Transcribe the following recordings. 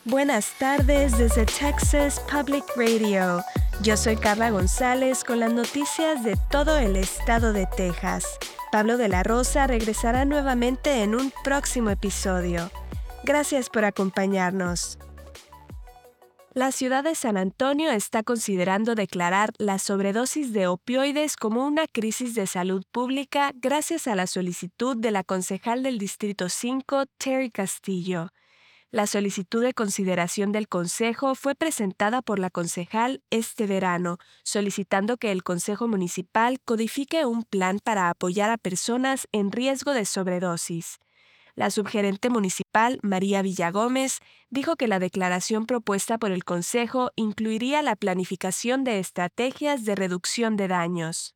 Buenas tardes desde Texas Public Radio. Yo soy Carla González con las noticias de todo el estado de Texas. Pablo de la Rosa regresará nuevamente en un próximo episodio. Gracias por acompañarnos. La ciudad de San Antonio está considerando declarar la sobredosis de opioides como una crisis de salud pública gracias a la solicitud de la concejal del Distrito 5, Terry Castillo. La solicitud de consideración del Consejo fue presentada por la concejal este verano, solicitando que el Consejo Municipal codifique un plan para apoyar a personas en riesgo de sobredosis. La subgerente municipal, María Villagómez, dijo que la declaración propuesta por el Consejo incluiría la planificación de estrategias de reducción de daños.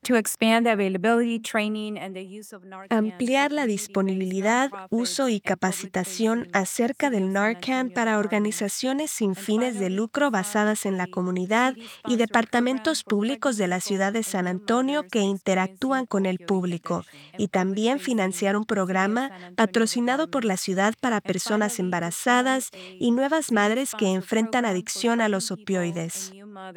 Ampliar la disponibilidad, uso y capacitación acerca del Narcan para organizaciones sin fines de lucro basadas en la comunidad y departamentos públicos de la ciudad de San Antonio que interactúan con el público, y también financiar un programa patrocinado por la ciudad para personas embarazadas y nuevas madres que enfrentan adicción a los opioides.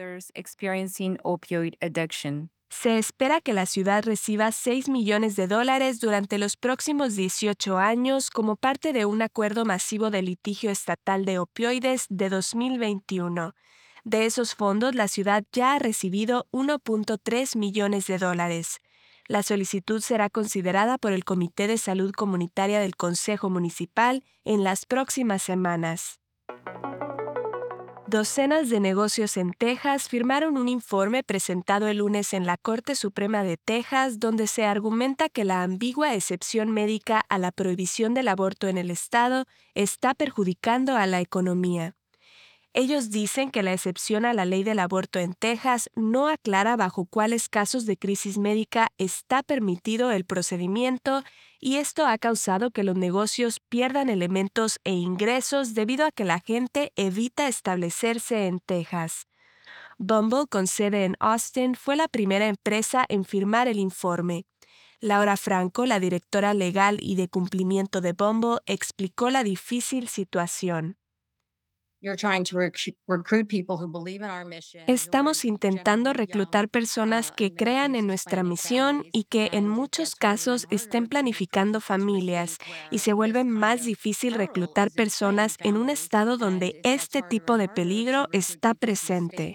Se espera que la ciudad reciba $6 millones durante los próximos 18 años como parte de un acuerdo masivo de litigio estatal de opioides de 2021. De esos fondos, la ciudad ya ha recibido $1.3 millones. La solicitud será considerada por el Comité de Salud Comunitaria del Consejo Municipal en las próximas semanas. Docenas de negocios en Texas firmaron un informe presentado el lunes en la Corte Suprema de Texas donde se argumenta que la ambigua excepción médica a la prohibición del aborto en el estado está perjudicando a la economía. Ellos dicen que la excepción a la ley del aborto en Texas no aclara bajo cuáles casos de crisis médica está permitido el procedimiento y esto ha causado que los negocios pierdan elementos e ingresos debido a que la gente evita establecerse en Texas. Bumble, con sede en Austin, fue la primera empresa en firmar el informe. Laura Franco, la directora legal y de cumplimiento de Bumble, explicó la difícil situación. Estamos intentando reclutar personas que crean en nuestra misión y que en muchos casos estén planificando familias, y se vuelve más difícil reclutar personas en un estado donde este tipo de peligro está presente.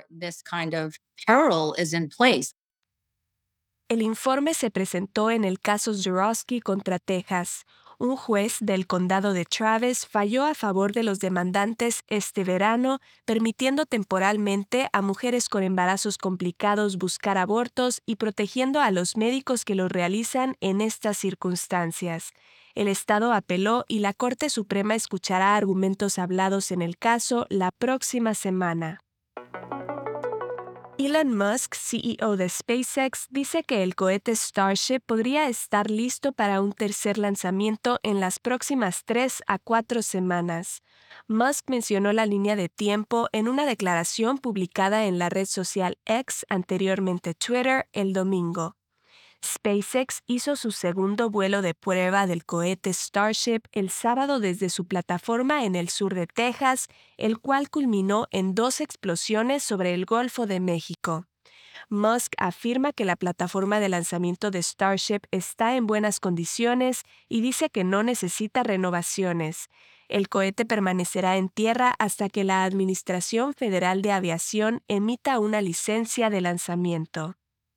El informe se presentó en el caso Zurawski contra Texas. Un juez del condado de Travis falló a favor de los demandantes este verano, permitiendo temporalmente a mujeres con embarazos complicados buscar abortos y protegiendo a los médicos que los realizan en estas circunstancias. El estado apeló y la Corte Suprema escuchará argumentos hablados en el caso la próxima semana. Elon Musk, CEO de SpaceX, dice que el cohete Starship podría estar listo para un tercer lanzamiento en las próximas 3 a 4 semanas. Musk mencionó la línea de tiempo en una declaración publicada en la red social X, anteriormente Twitter, el domingo. SpaceX hizo su segundo vuelo de prueba del cohete Starship el sábado desde su plataforma en el sur de Texas, el cual culminó en 2 explosiones sobre el Golfo de México. Musk afirma que la plataforma de lanzamiento de Starship está en buenas condiciones y dice que no necesita renovaciones. El cohete permanecerá en tierra hasta que la Administración Federal de Aviación emita una licencia de lanzamiento.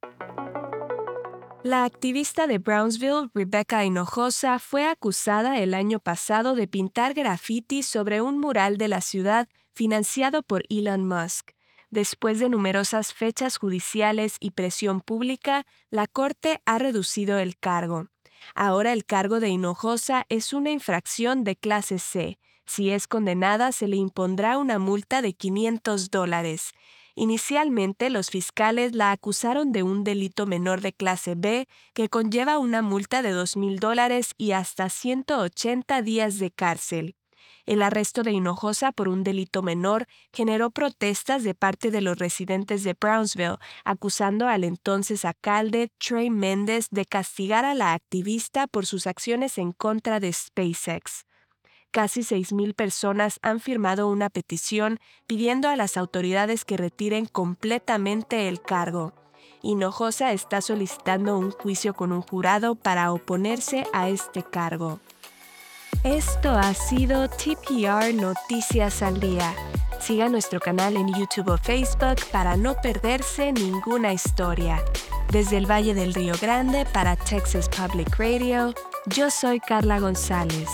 La activista de Brownsville, Rebecca Hinojosa, fue acusada el año pasado de pintar graffiti sobre un mural de la ciudad financiado por Elon Musk. Después de numerosas fechas judiciales y presión pública, la Corte ha reducido el cargo. Ahora el cargo de Hinojosa es una infracción de clase C. Si es condenada, se le impondrá una multa de $500. Inicialmente, los fiscales la acusaron de un delito menor de clase B que conlleva una multa de $2,000 y hasta 180 días de cárcel. El arresto de Hinojosa por un delito menor generó protestas de parte de los residentes de Brownsville, acusando al entonces alcalde Trey Méndez de castigar a la activista por sus acciones en contra de SpaceX. Casi 6,000 personas han firmado una petición pidiendo a las autoridades que retiren completamente el cargo. Hinojosa está solicitando un juicio con un jurado para oponerse a este cargo. Esto ha sido TPR Noticias al Día. Siga nuestro canal en YouTube o Facebook para no perderse ninguna historia. Desde el Valle del Río Grande para Texas Public Radio, yo soy Carla González.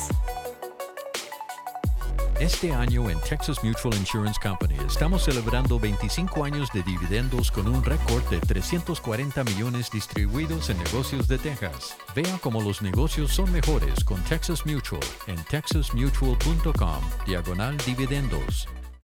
Este año en Texas Mutual Insurance Company estamos celebrando 25 años de dividendos con un récord de $340 millones distribuidos en negocios de Texas. Vea cómo los negocios son mejores con Texas Mutual en texasmutual.com/dividendos.